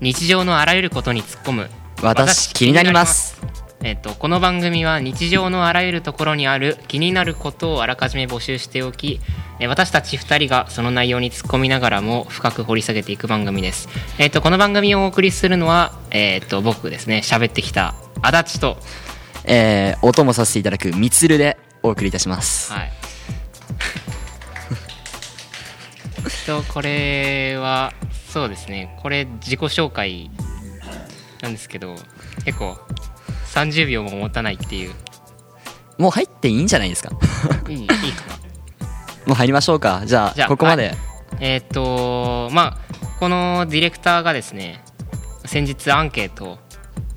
日常のあらゆることに突っ込む私気になります。 この番組は日常のあらゆるところにある気になることをあらかじめ募集しておき、私たち2人がその内容に突っ込みながらも深く掘り下げていく番組です。この番組をお送りするのは、僕ですね、喋ってきた足立と、 音もさせていただくみつるでお送りいたします。 はいこれはそうですね、これ自己紹介なんですけど、結構30秒も持たないっていう。 もう入っていいんじゃないですかいいかな。 もう入りましょうか。じゃあここまで、 このディレクターがですね、先日アンケートを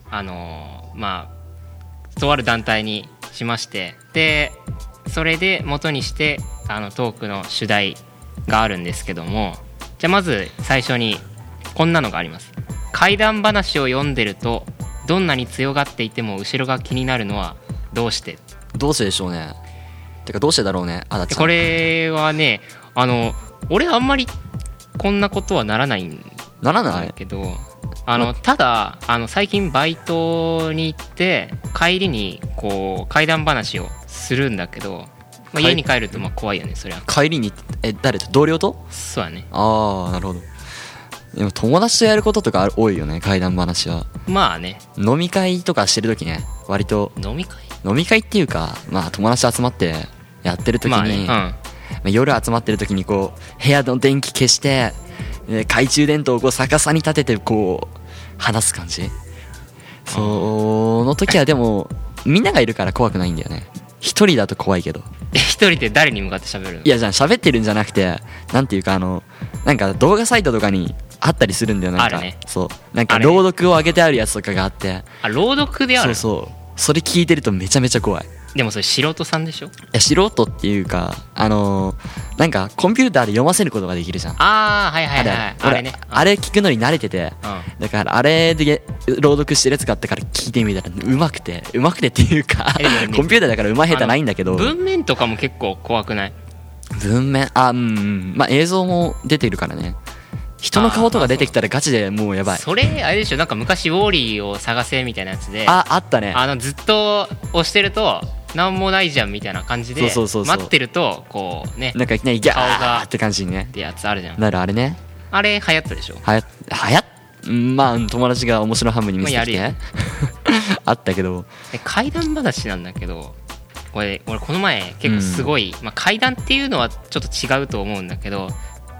とある団体にしまして、でそれで元にしてトークの主題があるんですけども、じゃあまず最初にこんなのがあります。怪談話を読んでるとどんなに強がっていても後ろが気になるのはどうして？ どうしてでしょうね。てかどうしてだろうね。 これはね、俺あんまりこんなことはならないんだけど、ただ最近バイトに行って帰りにこう怪談話をするんだけど、家に帰ると怖いよね。そりゃ帰りに誰と？同僚と？ そうだね。 ああ、なるほど。でも友達とやることとか多いよね、怪談話は。 まあね、 飲み会とかしてる時ね、割と飲み会っていうか、友達集まってやってる時に、夜集まってる時にこう部屋の電気消して懐中電灯をこう逆さに立ててこう話す感じ。その時はでもみんながいるから怖くないんだよね。一人だと怖いけど。 一人で誰に向かって喋る？ いや、じゃあ喋ってるんじゃなくて、なんていうかなんか動画サイトとかにあったりするんだよ。なんか、ね、そうなんか朗読を上げてあるやつとかがあって。 朗読である？ それ聞いてるとめちゃめちゃ怖い。 でもそれ素人さんでしょ？いや、素人っていうかなんかコンピューターで読ませることができるじゃん。 はいあれね、 あれ聞くのに慣れてて、だからあれで朗読してるやつがあったから聞いてみたらうまくてっていうかコンピューターだからうま下手ないんだけど、 文面とかも結構怖くない？ 文面映像も出てるからね。人の顔とか出てきたらガチでもうやばい。 それあれでしょ、なんか昔ウォーリーを探せみたいなやつであったね。 ずっと押してるとなんもないじゃんみたいな感じで待ってるとこうね、 なんかいきなりギャーって感じにねってやつあるじゃん。 なるあれね。 あれ流行ったでしょ？ 友達が面白半分に見せてきてあったけど、 怪談話なんだけど、俺この前結構すごい、怪談っていうのはちょっと違うと思うんだけど、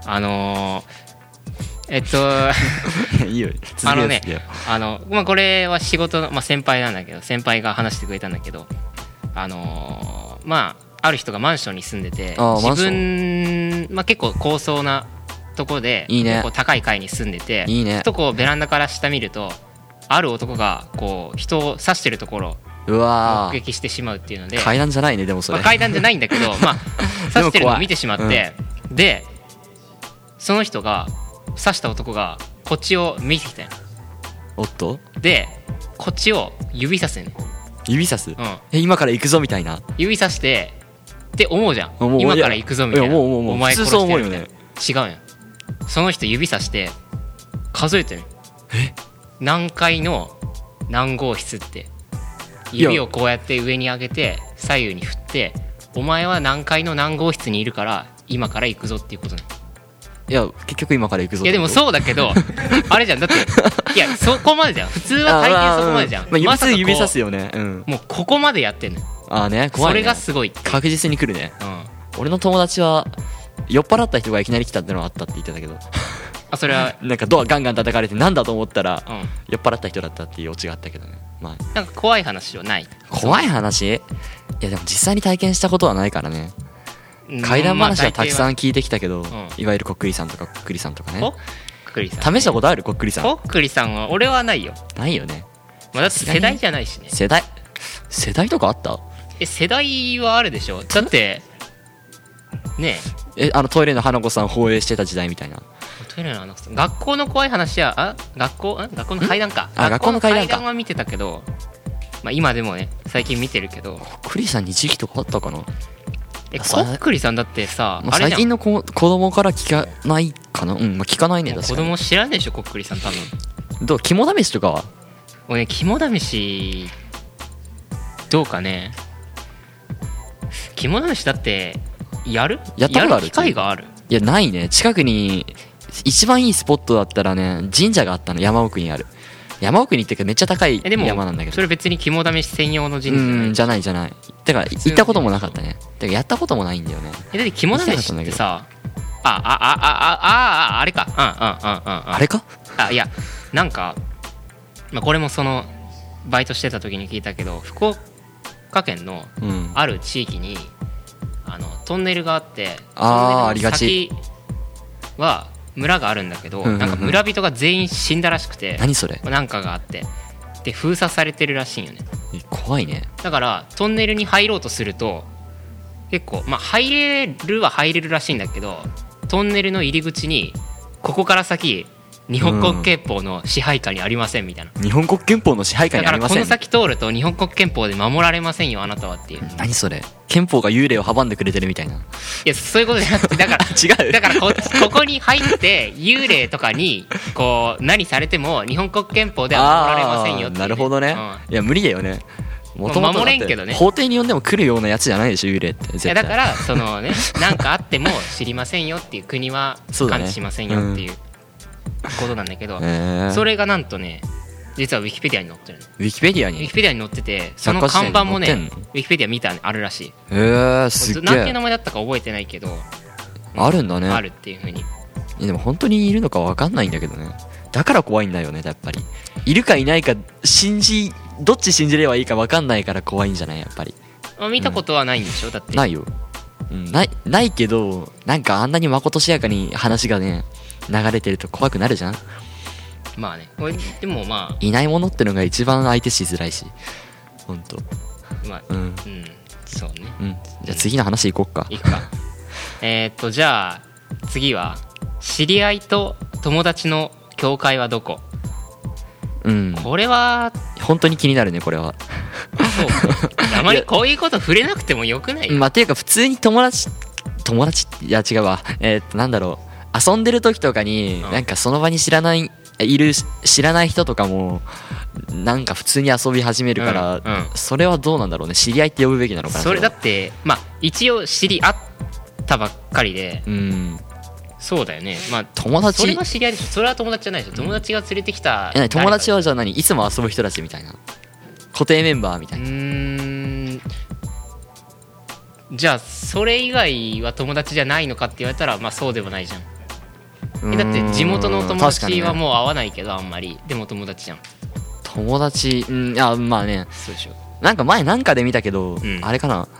いいよ、続けてよ。 これは仕事の、先輩なんだけど、先輩が話してくれたんだけど、ある人がマンションに住んでて、自分、結構高層なとこでいいね、 結構高い階に住んでて、 いいね、 こうベランダから下見るとある男がこう人を刺してるところを目撃してしまうっていうので、 階段じゃないね。でもそれ、 階段じゃないんだけど刺してるのを見てしまって、でその人が刺した男がこっちを見てきたよ。 おっと、でこっちを指さすよね。 指さす、今から行くぞみたいな。指さしてって思うじゃん。今から行くぞみたいな。お前殺してやるみたいな。違うよ。その人指さして数えてる。何階の何号室って指をこうやって上に上げて左右に振って、お前は何階の何号室にいるから今から行くぞっていうことね。 いや、結局今から行くぞ。 いやでもそうだけどあれじゃん、だっていやそこまでじゃん。普通は大抵そこまでじゃん。 まさか指さすよね。 もうここまでやってんのよ。 怖いね。 それがすごい。 確実に来るね。俺の友達は酔っ払った人がいきなり来たってのはあったって言ってたけど、 それはなんかドアガンガン叩かれてなんだと思ったら、酔っ払った人だったっていうオチがあったけどね。 なんか怖い話はない？ 怖い話？いやでも実際に体験したことはないからね。怪談話はたくさん聞いてきたけど、いわゆるこっくりさんとかこっくりさんとかね。試したことある？こっくりさん。 こっくりさんは俺はないよ。 ないよね。 だって世代じゃないしね。 世代とかあった？ 世代はあるでしょ。だってねえ、トイレの花子さん放映してた時代みたいな。 トイレの花子さん、学校の怖い話は学校の怪談か。 学校の怪談か。 怪談は見てたけど、今でもね最近見てるけど。 こっくりさんに時期とかあったかな。 こっくりさんだってさ、 最近の子供から聞かないかな。聞かないね。 子供知らんでしょこっくりさん多分。 どう肝試しとかは？ 俺ね肝試しどうかね。肝試しだってやったことある？やる機会がある？ いやないね。近くに一番いいスポットだったらね神社があったの。山奥にある。山奥にっていうかめっちゃ高い山なんだけど。 それ別に肝試し専用の神社じゃないだから行ったこともなかったね。だからやったこともないんだよね。 だって肝試しってさあれかあれかいやなんか、まあ、これもそのバイトしてた時に聞いたけど、福岡県のある地域に、トンネルがあって、トンネルの先は村があるんだけど、なんか村人が全員死んだらしくて、 何それ？ なんかがあってで封鎖されてるらしいよね。 怖いね。 だからトンネルに入ろうとすると結構まあ入れるらしいんだけど、トンネルの入り口にここから先日本国憲法の支配下にありませんみたいな、 日本国憲法の支配下にありません。 だからこの先通ると日本国憲法で守られませんよあなたはっていう。 何それ？憲法が幽霊を阻んでくれてるみたいな。いやそういうことじゃなくて、だから違う。 だからここに入って幽霊とかにこう何されても日本国憲法では守られませんよっていう、ね、 なるほどね、いや無理だよね。もともと守れんけどね、 法廷に呼んでも来るようなやつじゃないでしょ幽霊って絶対。 だからそのね何かあっても知りませんよっていう、国は管理しませんよっていうことなんだけど、それがなんとね実はウィキペディアに載ってるの。 ウィキペディアに載ってて、その看板もねウィキペディア見たらあるらしい。 すっげえ。 なんていう名前だったか覚えてないけどあるんだね。 あるっていう風に。 でも本当にいるのか分かんないんだけどね。だから怖いんだよねやっぱり。いるかいないかどっち信じればいいか分かんないから怖いんじゃないやっぱり。 見たことはないんでしょ？だってないよ、ないけど、なんかあんなにまことしやかに話がね流れてると怖くなるじゃん。 まあね、でもまあいないものってのが一番相手しづらいし本当。 まあそうね、 じゃあ次の話行こっか。 行くかじゃあ次は知り合いと友達の境界はどこ？これは本当に気になるねこれは。 そうあまりこういうこと触れなくてもよくない？ まあっていうか普通に友達いや違うわ。なんだろう、遊んでる時とかに、なんかその場に知らない人とかもなんか普通に遊び始めるから、それはどうなんだろうね。知り合いって呼ぶべきなのかな。 それだってまあ一応知り合ったばっかりで、そうだよね。まあ友達それは知り合いでしょ。それは友達じゃないでしょ。友達が連れてきた。 友達はじゃあいつも遊ぶ人たちみたいな、固定メンバーみたいな。 じゃあそれ以外は友達じゃないのかって言われたらまあそうでもないじゃん。だって地元の友達はもう会わないけどあんまり、でも友達じゃん。 友達まあね。 そうでしょ。 なんか前なんかで見たけど、あれかな、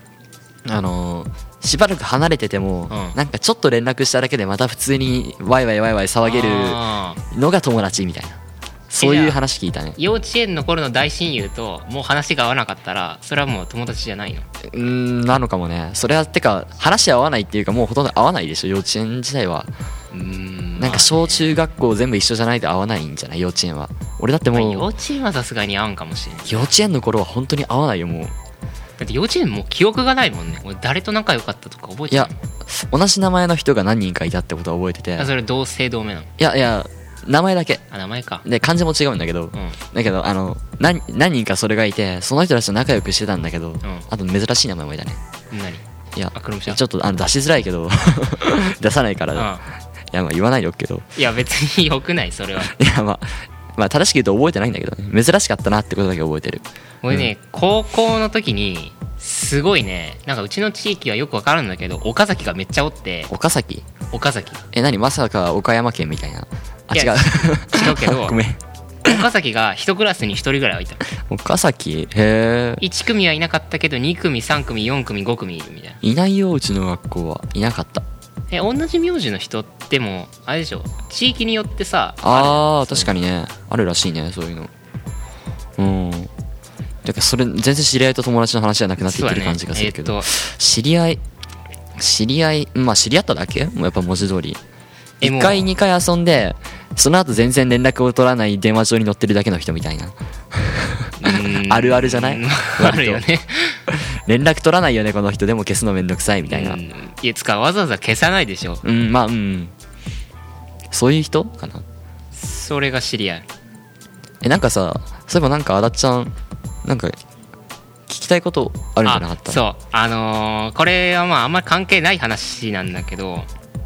しばらく離れてても、なんかちょっと連絡しただけでまた普通にワイワイ騒げるのが友達みたいな、そういう話聞いたね。 幼稚園の頃の大親友ともう話が合わなかったらそれはもう友達じゃないの？ なのかもね。それはてか話合わないっていうかもうほとんど合わないでしょ幼稚園自体は。なんか小中学校全部一緒じゃないと合わないんじゃない？幼稚園は。俺だってもう、 幼稚園はさすがに合うんかもしれない。 幼稚園の頃は本当に合わないよもう。 だって幼稚園もう記憶がないもんね。俺誰と仲良かったとか覚えてない。いや同じ名前の人が何人かいたってことは覚えてて。 それ同姓同名なの？ いや名前だけ。 名前か。 で漢字も違うんだけど、だけど何人かそれがいて、その人たちと仲良くしてたんだけど、あと珍しい名前もいたね。 何？ いやちょっと出しづらいけど出さないから、いやまあ言わないでおくけど。 いや別によくないそれは。いやまあ正しく言うと覚えてないんだけどね。珍しかったなってことだけ覚えてる。 俺ね、高校の時にすごいね、なんかうちの地域はよくわかるんだけど岡崎がめっちゃおって。 岡崎何まさか岡山県みたいな。違うけどごめん。 岡崎が1クラスに1人ぐらいはいた。 岡崎へえ。 1組はいなかったけど2組3組4組5組いるみたいな。 いないようちの学校はいなかった。 同じ名字の人ってもあれでしょ、地域によってさ。 確かにね、あるらしいねそういうの。だからそれ全然知り合いと友達の話じゃなくなっていってる感じがするけど、知り合いまあ知り合っただけもうやっぱ文字通り1回2回遊んで、その後全然連絡を取らない電話帳に載ってるだけの人みたいなあるあるじゃない？ あるよね連絡取らないよねこの人、でも消すのめんどくさいみたいな。 いやわざわざ消さないでしょ。 そういう人かな。 それが知り合い。 なんかさ、そういえばなんかあだっちゃんなんか聞きたいことあるんじゃなかった？ そう、これはまああんまり関係ない話なんだけど、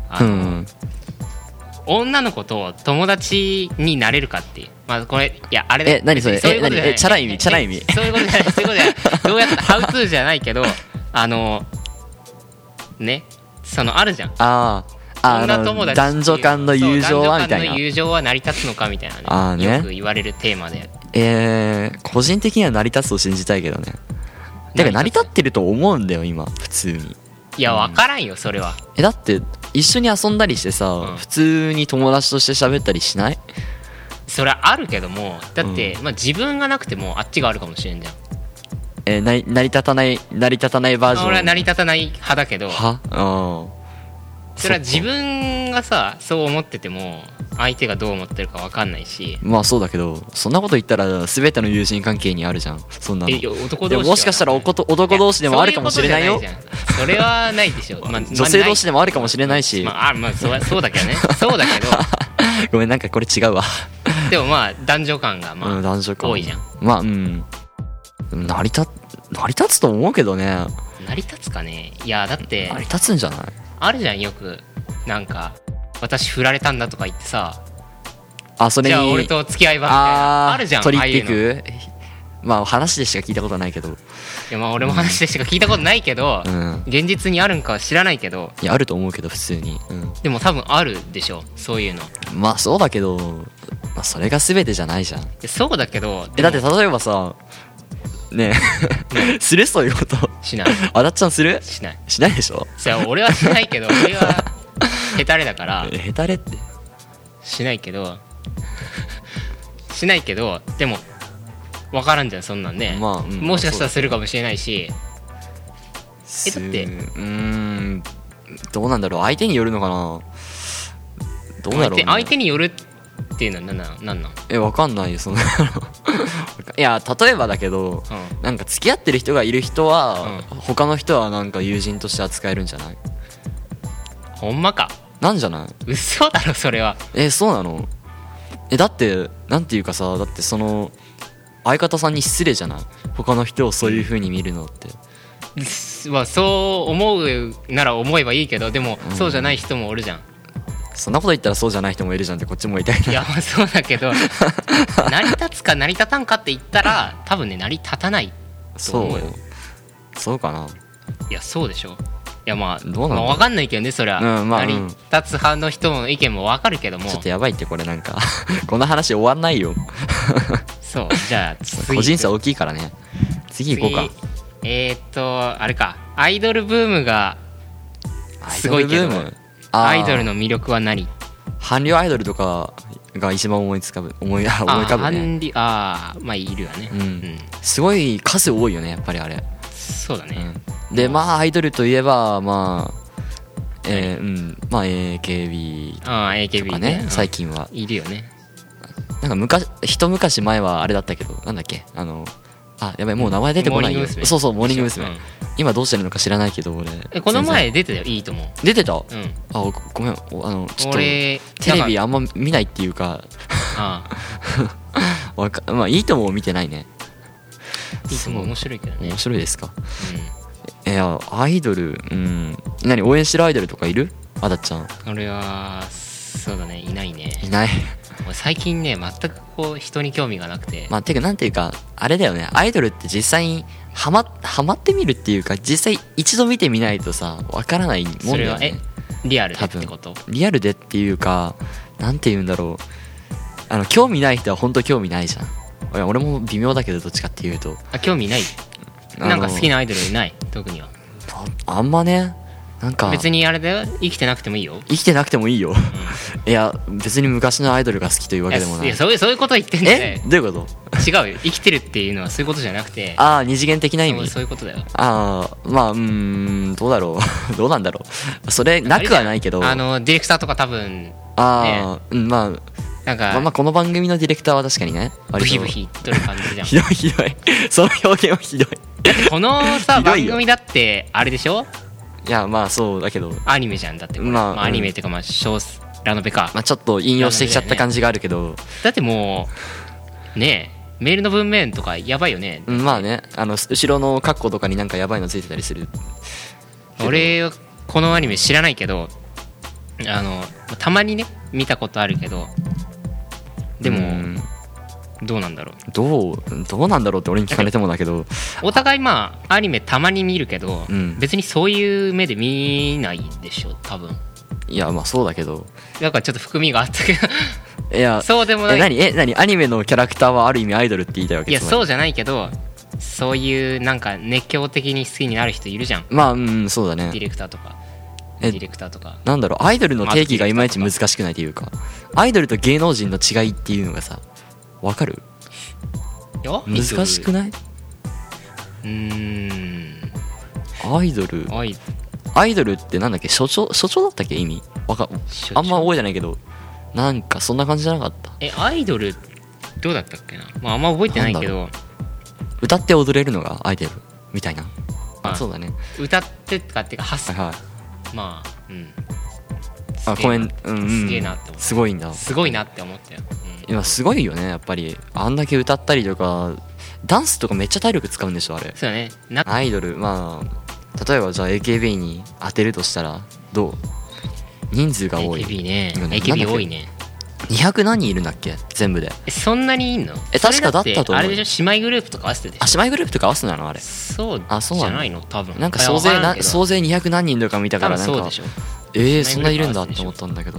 女の子と友達になれるかっていう、まあこれいやあれ何それ、 そういうことじゃない、 チャラい意味チャラい意味、 そういうことじゃない、そういうことじゃない、どうやったハウツーじゃないけど、ね、あるじゃん、女友達、 男女間の友情はみたいな、 男女間の友情は成り立つのかみたいなね、よく言われるテーマで、 個人的には成り立つと信じたいけどね。だから成り立ってると思うんだよ今普通に。 いや分からんよそれは。 だって一緒に遊んだりしてさ、普通に友達として喋ったりしない？ それはあるけども、だって、まあ、自分がなくてもあっちがあるかもしれんじゃん。 成り立たないバージョン。 俺は成り立たない派だけど、それは自分がさそう思ってても相手がどう思ってるか分かんないし。 まあそうだけど、そんなこと言ったら全ての友人関係にあるじゃんそんなの。 男同士もしかしたら男同士でもあるかもしれないよ。 それはないでしょ、まあ、 女性同士でもあるかもしれないし、 まあそうだけどねそうだけどごめんなんかこれ違うわでもまあ男女間がまあ、 男女間多いじゃん。 まあ成り立つと思うけどね。 成り立つかね。いやだって成り立つんじゃない？ あるじゃんよく、なんか私振られたんだとか言ってさ、 それにじゃあ俺と付き合いばみたいなあるじゃん。 取り入っていく。まあ話でしか聞いたことないけど。いやまあ俺も話でしか聞いたことないけど、現実にあるんかは知らないけど。 いやあると思うけど普通に、 でも多分あるでしょそういうの。 まあそうだけど、まあ、それが全てじゃないじゃん。 そうだけどだって例えばさねえするそういうことしない。 あだっちゃんする？ しないでしょ。 俺はしないけど俺はヘタレだからヘタレってしないけどでも分からんじゃんそんなんね、 まあもしかしたらするかもしれないし。だってどうなんだろう、相手によるのかな。どうだろう、ね、 相手によるっていうのは何なん？ 分かんないよそのいや例えばだけど、なんか付き合ってる人がいる人は、他の人はなんか友人として扱えるんじゃない？ ほんまか？ なんじゃない？ 嘘だろそれは。そうなの？だってなんていうかさ、だってその相方さんに失礼じゃない？他の人をそういう風に見るのって。 まあそう思うなら思えばいいけど、でもそうじゃない人もおるじゃん。 そんなこと言ったらそうじゃない人もいるじゃんってこっちも言いたいな。 いやそうだけど成り立つか成り立たんかって言ったら多分ね成り立たないと思うよ。 そうかな。 いやそうでしょ。いやまあどうなんだ、 分かんないけどねそれは、成り立つ派の人の意見も分かるけども、 ちょっとやばいってこれなんかこの話終わんないよそうじゃあ次個人差大きいからね。次行こうか。 あれか、アイドルブームがすごいけどアイドルの魅力は何？ 韓流アイドルとかが一番思い浮かぶね。 まあいるよね、 すごい数多いよねやっぱりあれ。 そうだね、 でまあアイドルといえばまあまあ AKB とかね、最近はいるよね。 なんか一昔前はあれだったけど、なんだっけやばいもう名前出てこないよ。そうモーニング娘。今どうしてるのか知らないけど俺この前出てたよ。いいと思う。 出てた？ごめんちょっとテレビあんま見ないっていうかまあいいとも見てないね。 いいとも面白いけどね。 面白いですか？いやアイドル何応援してるアイドルとかいる？あだっちゃん。 俺はそうだね、いないね。 いない最近ね全くこう人に興味がなくて。 まあてかなんていうかあれだよね、アイドルって実際にハマってみるっていうか実際一度見てみないとさわからないもんだよね。それはリアルでってこと？ リアルでっていうかなんていうんだろう、興味ない人は本当興味ないじゃん。俺も微妙だけどどっちかっていうと。興味ない？ なんか好きなアイドルいない？特にはあんまね。なんか別にあれだよ、生きてなくてもいいよ。 生きてなくてもいいよ、いや別に昔のアイドルが好きというわけでもない。 いやそういうこと言ってんだよ。 どういうこと？ 違うよ、生きてるっていうのはそういうことじゃなくて、 二次元的な意味。 そういうことだよ。 まあどうだろうどうなんだろう、それなくはないけど、 ディレクターとか多分まあなんかこの番組のディレクターは確かにねブヒブヒ言っとる感じじゃん。 ひどいその表現はひどい。 だってこのさ番組だってあれでしょ。 いやまあそうだけどアニメじゃん。だってこれ、アニメっていうかまあラノベか、 まあ、ちょっと引用してきちゃった感じがあるけど、 だってもうねメールの文面とかやばいよね。 まあね、後ろのカッコとかになんかやばいのついてたりする。 俺はこのアニメ知らないけどたまにね見たことあるけど、でもどうなんだろうどうなんだろうって俺に聞かれてもだけど、 お互いまあアニメたまに見るけど、別にそういう目で見ないでしょ多分。 いやまあそうだけど、 なんかちょっと含みがあったけどいやそうでもない。 何アニメのキャラクターはある意味アイドルって言いたいわけ。 いやそうじゃないけど、そういうなんか熱狂的に好きになる人いるじゃん。 まあそうだね。 ディレクターとかなんだろう、アイドルの定義がいまいち難しくないというか、アイドルと芸能人の違いっていうのがさ分かる？難しくない？アイドルってなんだっけ、所長だったっけ意味あんま覚えてないけど、なんかそんな感じじゃなかった？ アイドルどうだったっけな、まあ、あんま覚えてないけど、 歌って踊れるのがアイドルみたいな。そうだね、 歌ってとかっていうかまあごめん、 すげえなって思った。 すごいんだ。 すごいなって思ったよ。 今すごいよねやっぱり。あんだけ歌ったりとかダンスとかめっちゃ体力使うんでしょあれ。 そうだね。 アイドル、まあ例えばじゃあ AKB に当てるとしたらどう？人数が多い。 AKB ね。AKB 多いね。 200何人いるんだっけ全部で。そんなにいんの？ 確かだったと思う。 あれでしょ、姉妹グループとか合わせてでしょ。 姉妹グループとか合わせなのあれ。 そうじゃないの多分。 なんか総勢200何人とか見たからなんかそんないるんだって思ったんだけど。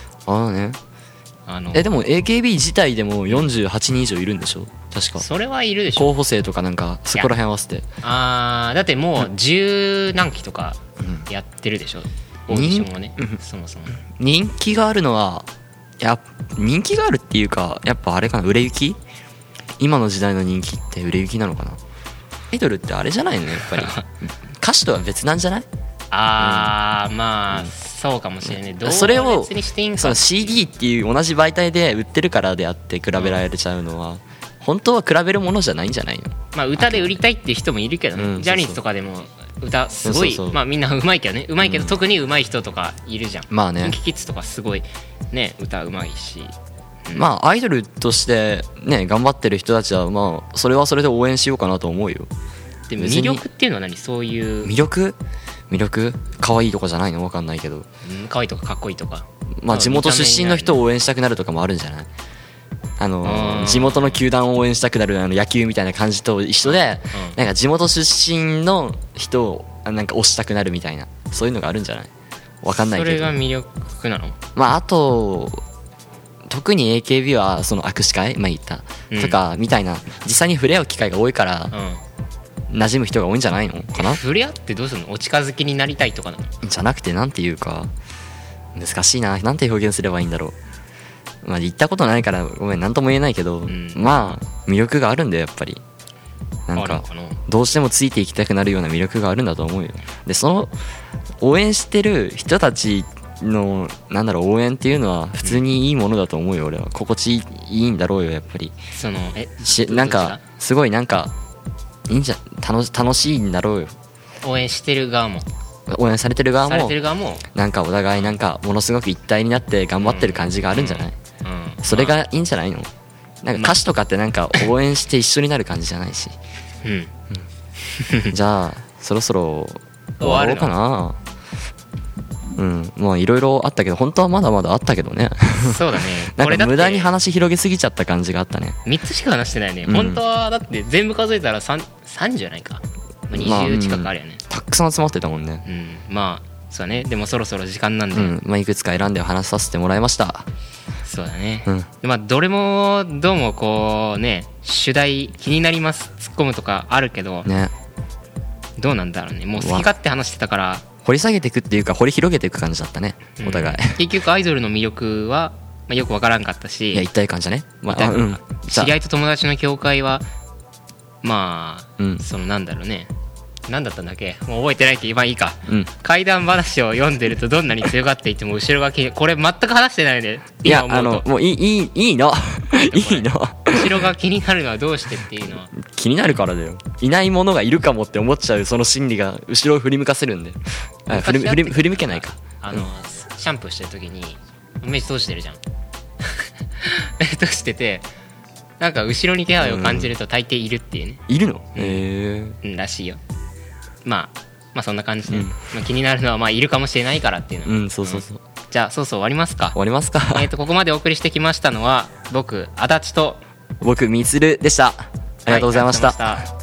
でも AKB 自体でも48人以上いるんでしょ確か。 それはいるでしょ。 候補生とかなんかそこら辺合わせて。 だってもう十何期とかやってるでしょ、オーディションもね。そもそも人気があるのは人気があるっていうか、やっぱあれかな、売れ行き。今の時代の人気って売れ行きなのかな。アイドルってあれじゃないのやっぱり歌手とは別なんじゃない？ まあそうかもしれない。 それをその CD っていう同じ媒体で売ってるからであって比べられちゃうのは、本当は比べるものじゃないんじゃないの？ まあ歌で売りたいっていう人もいるけどね。ジャニーズとかでも歌すごい、まあみんなうまいけどね、うまいけど特にうまい人とかいるじゃん。 まあね、 KinKiKidsとかすごいね歌うまいし、 まあアイドルとしてね頑張ってる人たちはまあそれはそれで応援しようかなと思うよ。 でも魅力っていうのは何？そういう魅力可愛いとかじゃないの？分かんないけど、 可愛いとかかっこいいとか、 まあ地元出身の人を応援したくなるとかもあるんじゃない？地元の球団を応援したくなる野球みたいな感じと一緒で、なんか地元出身の人をなんか推したくなるみたいな、そういうのがあるんじゃない？分かんないけど。 それが魅力なの？ まああと特に AKB はその握手会言ったとかみたいな、実際に触れ合う機会が多いから、馴染む人が多いんじゃないのかな。 触れ合ってどうするの？お近づきになりたいとかなの？ じゃなくて、なんていうか難しいな、なんて表現すればいいんだろう。まあ言ったことないからごめんなんとも言えないけど、まあ魅力があるんだよやっぱり。なんかどうしてもついていきたくなるような魅力があるんだと思うよ。でその応援してる人たちの応援っていうのは普通にいいものだと思うよ俺は。心地いいんだろうよやっぱり。なんかすごいなんかいいんじゃ楽しいんだろうよ。 応援してる側も応援されてる側もなんかお互いなんかものすごく一体になって頑張ってる感じがあるんじゃない？それがいいんじゃないの？なんか歌手とかってなんか応援して一緒になる感じじゃないし。じゃあそろそろ終わろうかな。まあいろいろあったけど本当はまだまだあったけどね。そうだね。なんか無駄に話広げすぎちゃった感じがあったね。 3つしか話してないね。本当はだって全部数えたら3じゃないか。20近くあるよね。 たくさん集まってたもんね。 まあそうだね。でもそろそろ時間なんで、 まあいくつか選んで話させてもらいました。 そうだね。まあどれもどうもこうね主題気になります突っ込むとかあるけどね、どうなんだろうね。もう好き勝手話してたから掘り下げていくっていうか掘り広げていく感じだったねお互い。 結局アイドルの魅力は、よくわからんかったし、 いや一体感じゃね。 知り合いと友達の境界はまあ、そのなんだろうね。何だったんだっけもう覚えてないけどいいか、怪談話を読んでるとどんなに強がっていても後ろがこれ全く話してないね。 いやもういいのいいの後ろが気になるのはどうしてっていうのは気になるからだよ。いないものがいるかもって思っちゃうその心理が後ろを振り向かせるんで。振り向けないか。 シャンプーしてる時に目閉じてるじゃん目閉じててなんか後ろに気配を感じると大抵いるっていうね、 いるの？へえ、らしいよ。まあそんな感じで、まあ、気になるのはまあいるかもしれないからっていうの。 そうそうそう。 じゃあそうそう終わりますか。 終わりますか。 ここまでお送りしてきましたのは僕足立と僕みつるでした。ありがとうございました。